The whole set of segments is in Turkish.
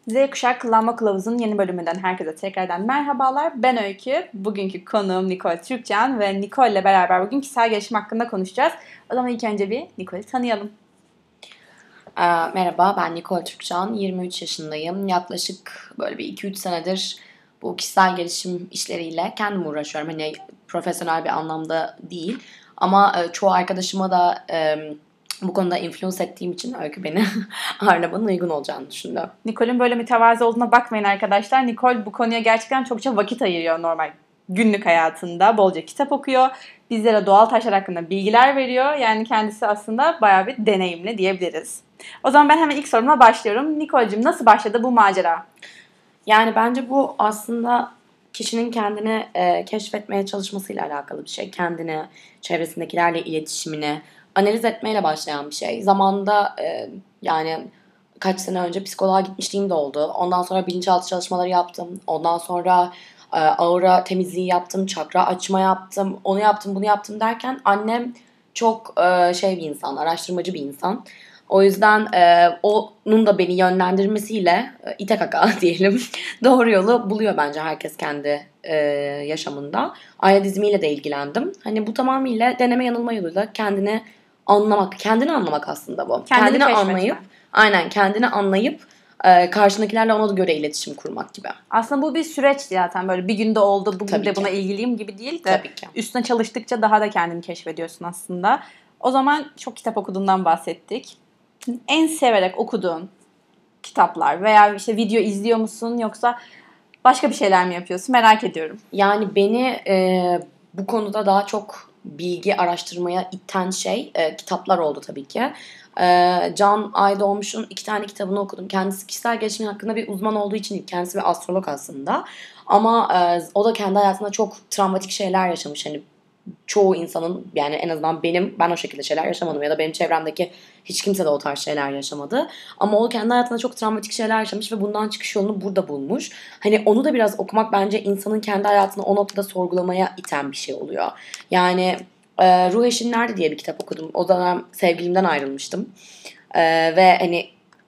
Z Kuşak Kullanma Kılavuzu'nun yeni bölümünden herkese tekrardan merhabalar. Ben Öykü. Bugünkü konuğum Nikol Türkcan ve Nikol ile beraber bugün kişisel gelişim hakkında konuşacağız. O zaman ilk önce bir Nikol'ü tanıyalım. Merhaba, ben Nikol Türkcan, 23 yaşındayım. Yaklaşık böyle bir 2-3 senedir bu kişisel gelişim işleriyle kendim uğraşıyorum. Hani profesyonel bir anlamda değil. Ama çoğu arkadaşıma da bu konuda influence ettiğim için Öykü beni ağırlamanın uygun olacağını düşündüm. Nikol'ün böyle mütevazı olduğuna bakmayın arkadaşlar. Nikol bu konuya gerçekten çokça vakit ayırıyor normal günlük hayatında. Bolca kitap okuyor. Bizlere doğal taşlar hakkında bilgiler veriyor. Yani kendisi aslında bayağı bir deneyimli diyebiliriz. O zaman ben hemen ilk soruma başlıyorum. Nikol'cığım nasıl başladı bu macera? Yani bence bu aslında kişinin kendini keşfetmeye çalışmasıyla alakalı bir şey. Kendini, çevresindekilerle iletişimini analiz etmeyle başlayan bir şey. Zamanında yani kaç sene önce psikoloğa gitmişliğim de oldu. Ondan sonra bilinçaltı çalışmaları yaptım. Ondan sonra aura temizliği yaptım, çakra açma yaptım, onu yaptım, bunu yaptım derken annem çok şey bir insan, araştırmacı bir insan. O yüzden onun da beni yönlendirmesiyle ite kaka diyelim doğru yolu buluyor bence herkes kendi yaşamında. Aile dizimiyle de ilgilendim. Hani bu tamamıyla deneme yanılma yoluyla kendini anlamak aslında bu. Kendini anlayıp, aynen kendini anlayıp karşındakilerle ona göre iletişim kurmak gibi. Aslında bu bir süreç zaten, böyle bir günde oldu bugün Tabii de ki. buna ilgiliyim gibi değil de Tabii ki. üstüne çalıştıkça daha da kendini keşfediyorsun aslında. O zaman çok kitap okuduğundan bahsettik. En severek okuduğun kitaplar veya işte video izliyor musun yoksa başka bir şeyler mi yapıyorsun, merak ediyorum. Yani beni bu konuda daha çok bilgi araştırmaya iten şey kitaplar oldu tabii ki. Can Aydoğmuş'un 2 tane kitabını okudum. Kendisi kişisel gelişim hakkında bir uzman olduğu için kendisi bir astrolog aslında. Ama o da kendi hayatında çok travmatik şeyler yaşamış. Hani çoğu insanın, yani en azından ben o şekilde şeyler yaşamadım ya da benim çevremdeki hiç kimse de o tarz şeyler yaşamadı. Ama o kendi hayatında çok travmatik şeyler yaşamış ve bundan çıkış yolunu burada bulmuş. Hani onu da biraz okumak bence insanın kendi hayatını o noktada sorgulamaya iten bir şey oluyor. Yani Ruh Eşin Nerede diye bir kitap okudum. O dönem sevgilimden ayrılmıştım. Ve hani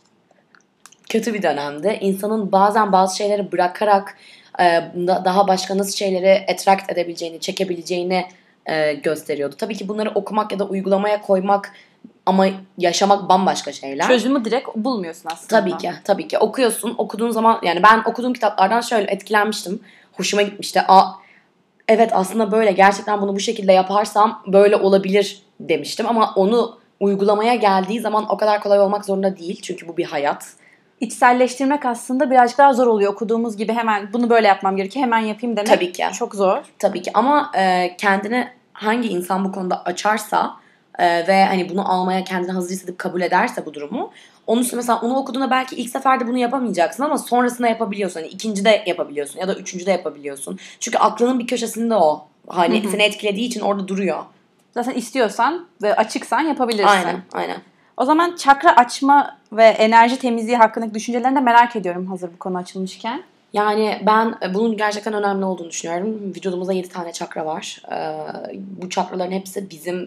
kötü bir dönemde insanın bazen bazı şeyleri bırakarak daha başka nasıl şeyleri attract edebileceğini, çekebileceğini gösteriyordu. Tabii ki bunları okumak ya da uygulamaya koymak ama yaşamak bambaşka şeyler. Çözümü direkt bulmuyorsun aslında. Tabii ki. Okuduğun zaman, yani ben okuduğum kitaplardan şöyle etkilenmiştim. Hoşuma gitmişti. Evet, aslında böyle, gerçekten bunu bu şekilde yaparsam böyle olabilir demiştim. Ama onu uygulamaya geldiği zaman o kadar kolay olmak zorunda değil. Çünkü bu bir hayat. İçselleştirmek aslında birazcık daha zor oluyor. Okuduğumuz gibi hemen bunu böyle yapmam gerekiyor, hemen yapayım demek Tabii ki. çok zor. Tabii ki ama kendini hangi insan bu konuda açarsa ve hani bunu almaya kendini hazır hissedip kabul ederse bu durumu, onun için mesela onu okuduğunda belki ilk seferde bunu yapamayacaksın ama sonrasında yapabiliyorsun. Yani ikincide yapabiliyorsun ya da üçüncüde yapabiliyorsun. Çünkü aklının bir köşesinde o. Hani seni etkilediği için orada duruyor. Zaten istiyorsan ve açıksan yapabilirsin. Aynen. O zaman çakra açma ve enerji temizliği hakkındaki düşüncelerini de merak ediyorum hazır bu konu açılmışken. Yani ben bunun gerçekten önemli olduğunu düşünüyorum. Vücudumuzda 7 tane çakra var. Bu çakraların hepsi bizim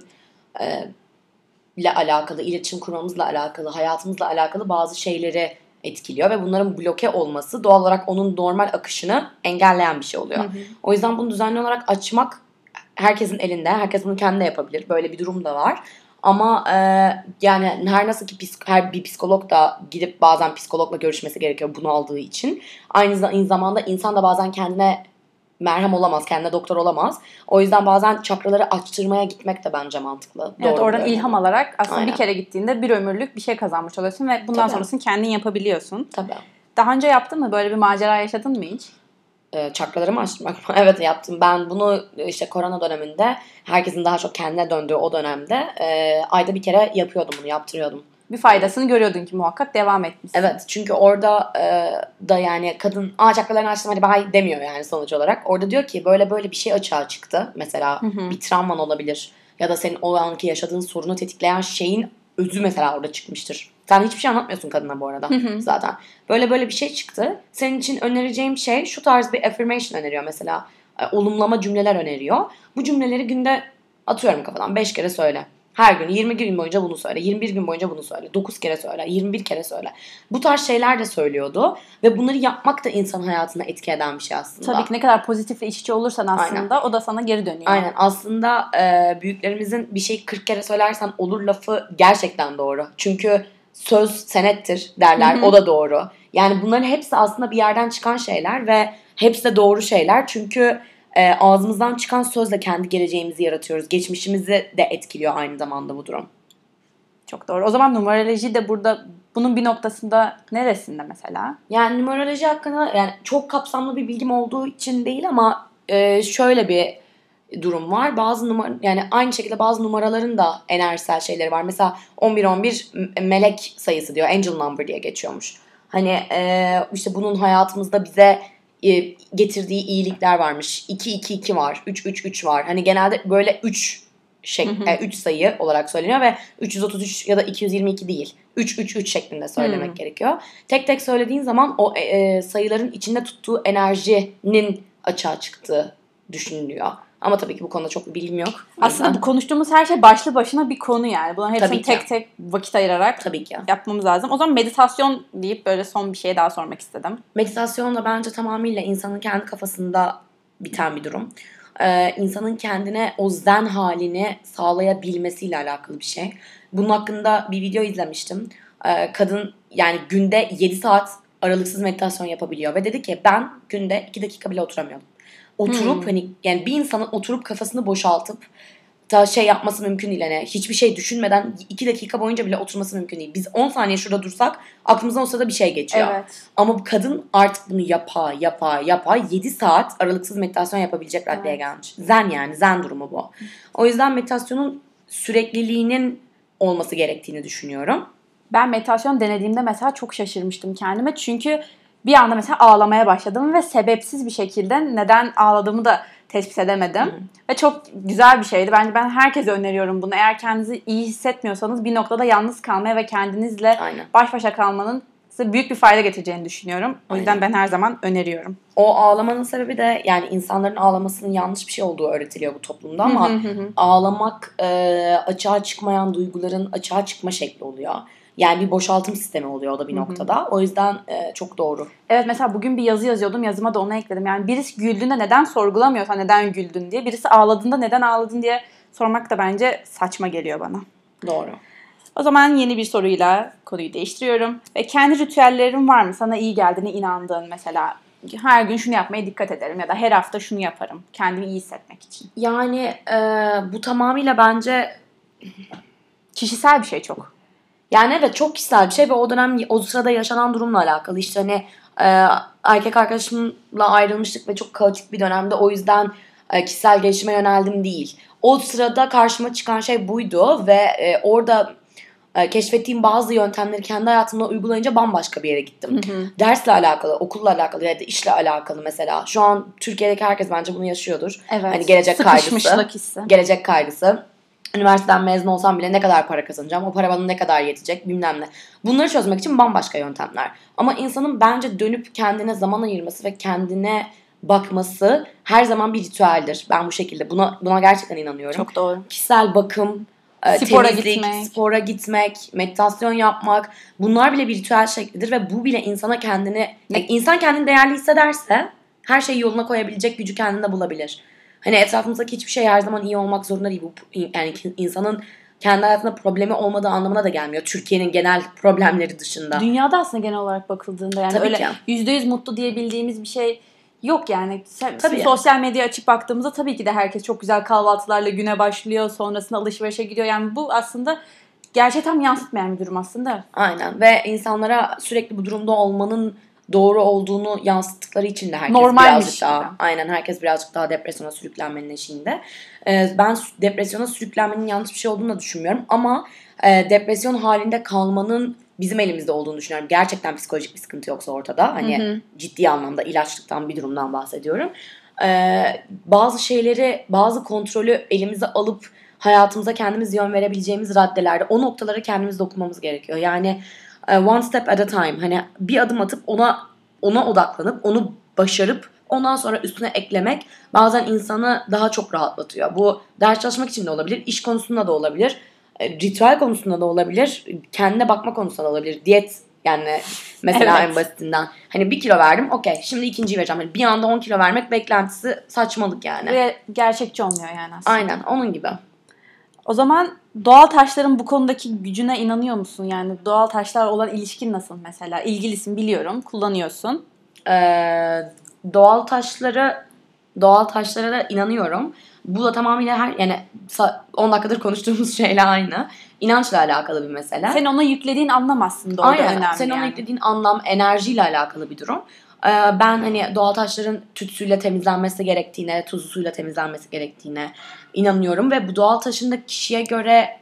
ile alakalı, iletişim kurmamızla alakalı, hayatımızla alakalı bazı şeyleri etkiliyor ve bunların bloke olması doğal olarak onun normal akışını engelleyen bir şey oluyor. O yüzden bunu düzenli olarak açmak herkesin elinde. Herkes bunu kendi de yapabilir. Böyle bir durum da var. Ama yani her nasıl ki her bir psikolog da gidip bazen psikologla görüşmesi gerekiyor bunu aldığı için. Aynı zamanda insan da bazen kendine merhem olamaz, kendine doktor olamaz. O yüzden bazen çakraları açtırmaya gitmek de bence mantıklı. Evet, doğru oradan ilham alarak aslında Aynen. bir kere gittiğinde bir ömürlük bir şey kazanmış oluyorsun ve bundan sonrasını kendin yapabiliyorsun. Tabii. Daha önce yaptın mı? Böyle bir macera yaşadın mı hiç? Çakraları mı açtırmak mı? Evet, yaptım. Ben bunu işte korona döneminde, herkesin daha çok kendine döndüğü o dönemde ayda bir kere yapıyordum bunu, yaptırıyordum. Bir faydasını görüyordun ki muhakkak devam etmişsin. Evet, çünkü orada da yani kadın çakralarını açtım hadi bay demiyor yani sonuç olarak. Orada diyor ki böyle bir şey açığa çıktı. Mesela bir travman olabilir ya da senin o anki yaşadığın sorunu tetikleyen şeyin özü mesela orada çıkmıştır. Sen hiçbir şey anlatmıyorsun kadına bu arada zaten. Böyle bir şey çıktı. Senin için önereceğim şey şu tarz bir affirmation öneriyor mesela. Olumlama cümleler öneriyor. Bu cümleleri günde atıyorum kafadan 5 kere söyle. Her gün 20 gün boyunca bunu söyle, 21 gün boyunca bunu söyle, 9 kere söyle, 21 kere söyle. Bu tarz şeyler de söylüyordu ve bunları yapmak da insan hayatına etki eden bir şey aslında. Tabii ki ne kadar pozitif ve iç içe olursan aslında Aynen. o da sana geri dönüyor. Aynen. Aslında büyüklerimizin bir şeyi 40 kere söylersen olur lafı gerçekten doğru. Çünkü söz senettir derler. O da doğru. Yani bunların hepsi aslında bir yerden çıkan şeyler ve hepsi de doğru şeyler. Çünkü ağzımızdan çıkan sözle kendi geleceğimizi yaratıyoruz. Geçmişimizi de etkiliyor aynı zamanda bu durum. Çok doğru. O zaman numeroloji de burada bunun bir noktasında neresinde mesela? Yani numeroloji hakkında yani çok kapsamlı bir bilgim olduğu için değil ama şöyle bir durum var. Yani aynı şekilde bazı numaraların da enerjisel şeyleri var. Mesela 1111 melek sayısı diyor. Angel number diye geçiyormuş. Hani işte bunun hayatımızda bize getirdiği iyilikler varmış. 2-2-2 var. 3-3-3 var. Hani genelde böyle 3 3 sayı olarak söyleniyor ve 333 ya da 222 değil. 3-3-3 şeklinde söylemek gerekiyor. Tek tek söylediğin zaman o sayıların içinde tuttuğu enerjinin açığa çıktığı düşünülüyor. Ama tabii ki bu konuda çok bir bilgim yok. Aslında bu konuştuğumuz her şey başlı başına bir konu yani. Bunların hepsini tek tek vakit ayırarak tabii ki yapmamız lazım. O zaman meditasyon deyip böyle son bir şey daha sormak istedim. Meditasyon da bence tamamıyla insanın kendi kafasında biten bir durum. İnsanın kendine o zen halini sağlayabilmesiyle alakalı bir şey. Bunun hakkında bir video izlemiştim. Kadın yani günde 7 saat aralıksız meditasyon yapabiliyor ve dedi ki ben günde 2 dakika bile oturamıyorum. Oturup hani yani bir insanın oturup kafasını boşaltıp da şey yapması mümkün değil. Yani hiçbir şey düşünmeden 2 dakika boyunca bile oturması mümkün değil. Biz 10 saniye şurada dursak aklımızdan o sırada bir şey geçiyor. Evet. Ama bu kadın artık bunu yapa 7 saat aralıksız meditasyon yapabilecek raddeye gelmiş. Zen yani zen durumu bu. O yüzden meditasyonun sürekliliğinin olması gerektiğini düşünüyorum. Ben meditasyon denediğimde mesela çok şaşırmıştım kendime. Çünkü bir anda mesela ağlamaya başladım ve sebepsiz bir şekilde neden ağladığımı da tespit edemedim. Ve çok güzel bir şeydi. Bence ben herkese öneriyorum bunu. Eğer kendinizi iyi hissetmiyorsanız bir noktada yalnız kalmaya ve kendinizle baş başa kalmanın size büyük bir fayda getireceğini düşünüyorum. O yüzden ben her zaman öneriyorum. O ağlamanın sebebi de yani insanların ağlamasının yanlış bir şey olduğu öğretiliyor bu toplumda ama ağlamak açığa çıkmayan duyguların açığa çıkma şekli oluyor. Yani bir boşaltım sistemi oluyor o da bir noktada. O yüzden çok doğru. Evet mesela bugün bir yazı yazıyordum. Yazıma da onu ekledim. Yani birisi güldüğünde neden sorgulamıyorsa neden güldün diye. Birisi ağladığında neden ağladın diye sormak da bence saçma geliyor bana. Doğru. O zaman yeni bir soruyla konuyu değiştiriyorum. Ve kendi ritüellerin var mı? Sana iyi geldiğine inandığın mesela. Her gün şunu yapmaya dikkat ederim ya da her hafta şunu yaparım. Kendimi iyi hissetmek için. Yani bu tamamıyla bence kişisel bir şey çok. Yani evet çok kişisel bir şey ve o dönem o sırada yaşanan durumla alakalı. İşte hani erkek arkadaşımla ayrılmıştık ve çok kaotik bir dönemde o yüzden kişisel gelişime yöneldim değil. O sırada karşıma çıkan şey buydu ve orada keşfettiğim bazı yöntemleri kendi hayatımda uygulayınca bambaşka bir yere gittim. Dersle alakalı, okulla alakalı ya da işle alakalı mesela. Şu an Türkiye'deki herkes bence bunu yaşıyordur. Evet. Hani gelecek kaygısı. Hissi. Gelecek kaygısı. Üniversiteden mezun olsam bile ne kadar para kazanacağım, o para bana ne kadar yetecek bilmem ne. Bunları çözmek için bambaşka yöntemler. Ama insanın bence dönüp kendine zaman ayırması ve kendine bakması her zaman bir ritüeldir. Ben bu şekilde buna gerçekten inanıyorum. Çok doğru. Kişisel bakım, spora gitmek, meditasyon yapmak bunlar bile bir ritüel şeklidir ve bu bile insana insan kendini değerli hissederse her şeyi yoluna koyabilecek gücü kendinde bulabilir. Hani etrafımızdaki hiçbir şey her zaman iyi olmak zorunda değil. Bu yani insanın kendi hayatında problemi olmadığı anlamına da gelmiyor. Türkiye'nin genel problemleri dışında. Dünyada aslında genel olarak bakıldığında yani tabii öyle ki. %100 mutlu diyebildiğimiz bir şey yok yani. Sosyal medya açıp baktığımızda tabii ki de herkes çok güzel kahvaltılarla güne başlıyor. Sonrasında alışverişe gidiyor. Yani bu aslında gerçeği tam yansıtmayan bir durum aslında. Aynen ve insanlara sürekli bu durumda olmanın doğru olduğunu yansıttıkları için de herkes herkes birazcık daha depresyona sürüklenmenin eşiğinde. Ben depresyona sürüklenmenin yanlış bir şey olduğunu da düşünmüyorum ama depresyon halinde kalmanın bizim elimizde olduğunu düşünüyorum. Gerçekten psikolojik bir sıkıntı yoksa ortada. Hani ciddi anlamda ilaçlıktan bir durumdan bahsediyorum. Bazı kontrolü elimize alıp hayatımıza kendimiz yön verebileceğimiz raddelerde o noktalara kendimiz dokunmamız gerekiyor. Yani one step at a time. Hani bir adım atıp ona odaklanıp onu başarıp ondan sonra üstüne eklemek bazen insanı daha çok rahatlatıyor. Bu ders çalışmak için de olabilir, iş konusunda da olabilir. Ritüel konusunda da olabilir. Kendine bakma konusunda da olabilir. Diyet yani mesela Evet. en basitinden. Hani 1 kilo verdim. Okey. Şimdi ikinciyi vereceğim. Hani bir anda 10 kilo vermek beklentisi saçmalık yani. Ve gerçekçi olmuyor yani aslında. Aynen. Onun gibi. O zaman doğal taşların bu konudaki gücüne inanıyor musun? Yani doğal taşlar olan ilişkin nasıl mesela? İlgilisin biliyorum. Kullanıyorsun. Doğal taşlara da inanıyorum. Bu da tamamıyla yani 10 dakikadır konuştuğumuz şeyle aynı. İnançla alakalı bir mesele. Sen ona yüklediğin anlam aslında orada Aynen. önemli Sen ona yani. yüklediğin anlam, enerjiyle alakalı bir durum. Ben hani doğal taşların tütsüyle temizlenmesi gerektiğine, tuzlu suyla temizlenmesi gerektiğine inanıyorum ve bu doğal taşın da kişiye göre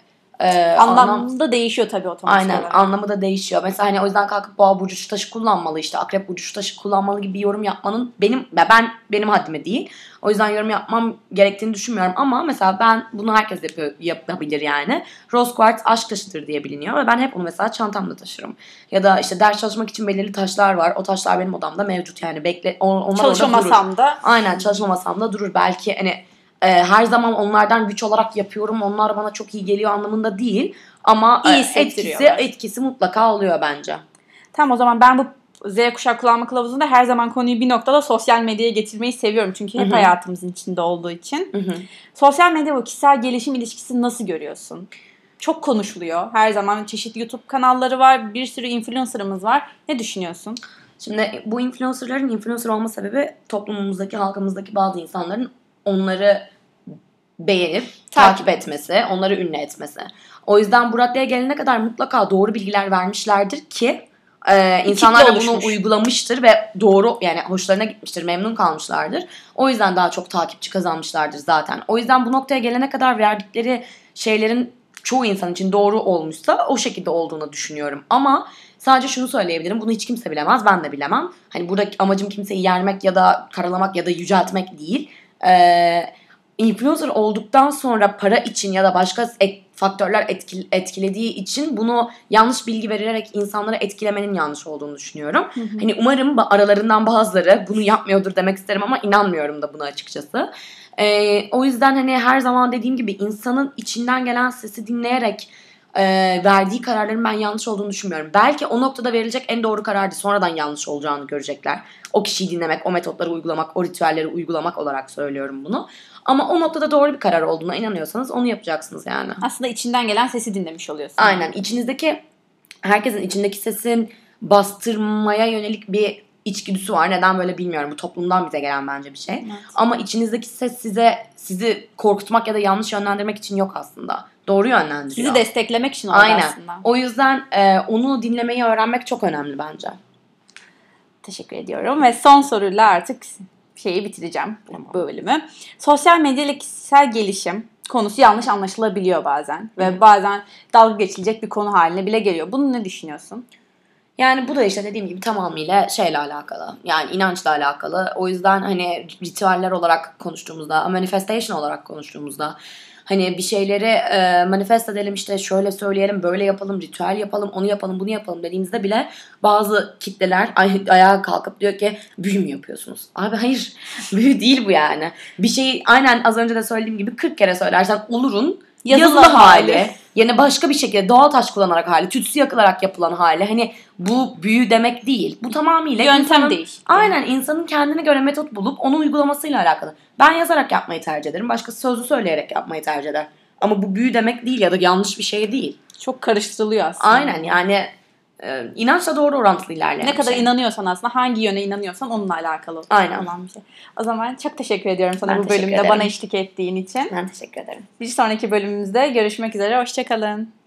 anlamı da değişiyor tabii otomatik aynen olarak. anlamı da değişiyor. Mesela hani o yüzden kalkıp boğa burcu şu taşı kullanmalı, işte akrep burcu şu taşı kullanmalı gibi bir yorum yapmanın benim haddime değil. O yüzden yorum yapmam gerektiğini düşünmüyorum ama mesela ben bunu herkes yapabilir yani. Rose quartz aşk taşıdır diye biliniyor ve ben hep onu mesela çantamda taşırım. Ya da işte ders çalışmak için belirli taşlar var. O taşlar benim odamda mevcut yani onlar Çalışma orada durur. masamda. Aynen, çalışma masamda durur. Belki hani her zaman onlardan güç olarak yapıyorum. Onlar bana çok iyi geliyor anlamında değil. Ama İyi hissettiriyorlar. etkisi mutlaka oluyor bence. Tamam, o zaman ben bu Z kuşak kullanma kılavuzunda her zaman konuyu bir noktada sosyal medyaya getirmeyi seviyorum. Çünkü hep hayatımızın içinde olduğu için. Sosyal medya ve kişisel gelişim ilişkisini nasıl görüyorsun? Çok konuşuluyor. Her zaman çeşitli YouTube kanalları var. Bir sürü influencer'ımız var. Ne düşünüyorsun? Şimdi bu influencerların influencer olma sebebi toplumumuzdaki, halkımızdaki bazı insanların onları beğenip takip etmesi, onları ünlü etmesi. O yüzden bu raddeye gelene kadar mutlaka doğru bilgiler vermişlerdir ki insanlar da bunu uygulamıştır ve doğru yani hoşlarına gitmiştir, memnun kalmışlardır. O yüzden daha çok takipçi kazanmışlardır zaten. O yüzden bu noktaya gelene kadar verdikleri şeylerin çoğu insan için doğru olmuşsa o şekilde olduğunu düşünüyorum. Ama sadece şunu söyleyebilirim. Bunu hiç kimse bilemez. Ben de bilemem. Hani buradaki amacım kimseyi yermek ya da karalamak ya da yüceltmek değil. Influencer olduktan sonra para için ya da başka faktörler etkilediği için bunu yanlış bilgi verilerek insanları etkilemenin yanlış olduğunu düşünüyorum. Hani umarım aralarından bazıları bunu yapmıyordur demek isterim ama inanmıyorum da buna açıkçası. O yüzden hani her zaman dediğim gibi insanın içinden gelen sesi dinleyerek verdiği kararların ben yanlış olduğunu düşünmüyorum. Belki o noktada verilecek en doğru karardı. Sonradan yanlış olacağını görecekler. O kişiyi dinlemek, o metotları uygulamak, o ritüelleri uygulamak olarak söylüyorum bunu. Ama o noktada doğru bir karar olduğuna inanıyorsanız onu yapacaksınız yani. Aslında içinden gelen sesi dinlemiş oluyorsun. Aynen. İçinizdeki, herkesin içindeki sesin bastırmaya yönelik bir içgüdüsü var. Neden böyle bilmiyorum. Bu toplumdan bize gelen bence bir şey. Evet. Ama içinizdeki ses sizi korkutmak ya da yanlış yönlendirmek için yok aslında. Doğru yönlendiriyor. Sizi desteklemek için orada aslında. O yüzden onu dinlemeyi öğrenmek çok önemli bence. Teşekkür ediyorum ve son soruyla artık bitireceğim bu bölümü. Sosyal medya ile kişisel gelişim konusu yanlış anlaşılabiliyor bazen. Ve bazen dalga geçilecek bir konu haline bile geliyor. Bunu ne düşünüyorsun? Yani bu da işte dediğim gibi tamamıyla şeyle alakalı. Yani inançla alakalı. O yüzden hani ritüeller olarak konuştuğumuzda, manifestation olarak konuştuğumuzda hani bir şeyleri manifest edelim, işte şöyle söyleyelim, böyle yapalım, ritüel yapalım, onu yapalım, bunu yapalım dediğimizde bile bazı kitleler ayağa kalkıp diyor ki büyü mü yapıyorsunuz? Abi hayır, büyü değil bu yani. Bir şeyi aynen az önce de söylediğim gibi 40 kere söylersen olurun yazılı hali. Yani başka bir şekilde doğal taş kullanarak hali, tütsü yakılarak yapılan hali. Hani bu büyü demek değil. Bu tamamıyla yöntem değişti. Aynen, insanın kendine göre metot bulup onu uygulamasıyla alakalı. Ben yazarak yapmayı tercih ederim. Başkası sözlü söyleyerek yapmayı tercih eder. Ama bu büyü demek değil ya da yanlış bir şey değil. Çok karıştırılıyor aslında. Aynen yani inançla doğru orantılı ilerleyen ne kadar inanıyorsan aslında, hangi yöne inanıyorsan onunla alakalı olan bir şey. O zaman çok teşekkür ediyorum sana bu bölümde bana eşlik ettiğin için. Ben teşekkür ederim. Bir sonraki bölümümüzde görüşmek üzere. Hoşçakalın.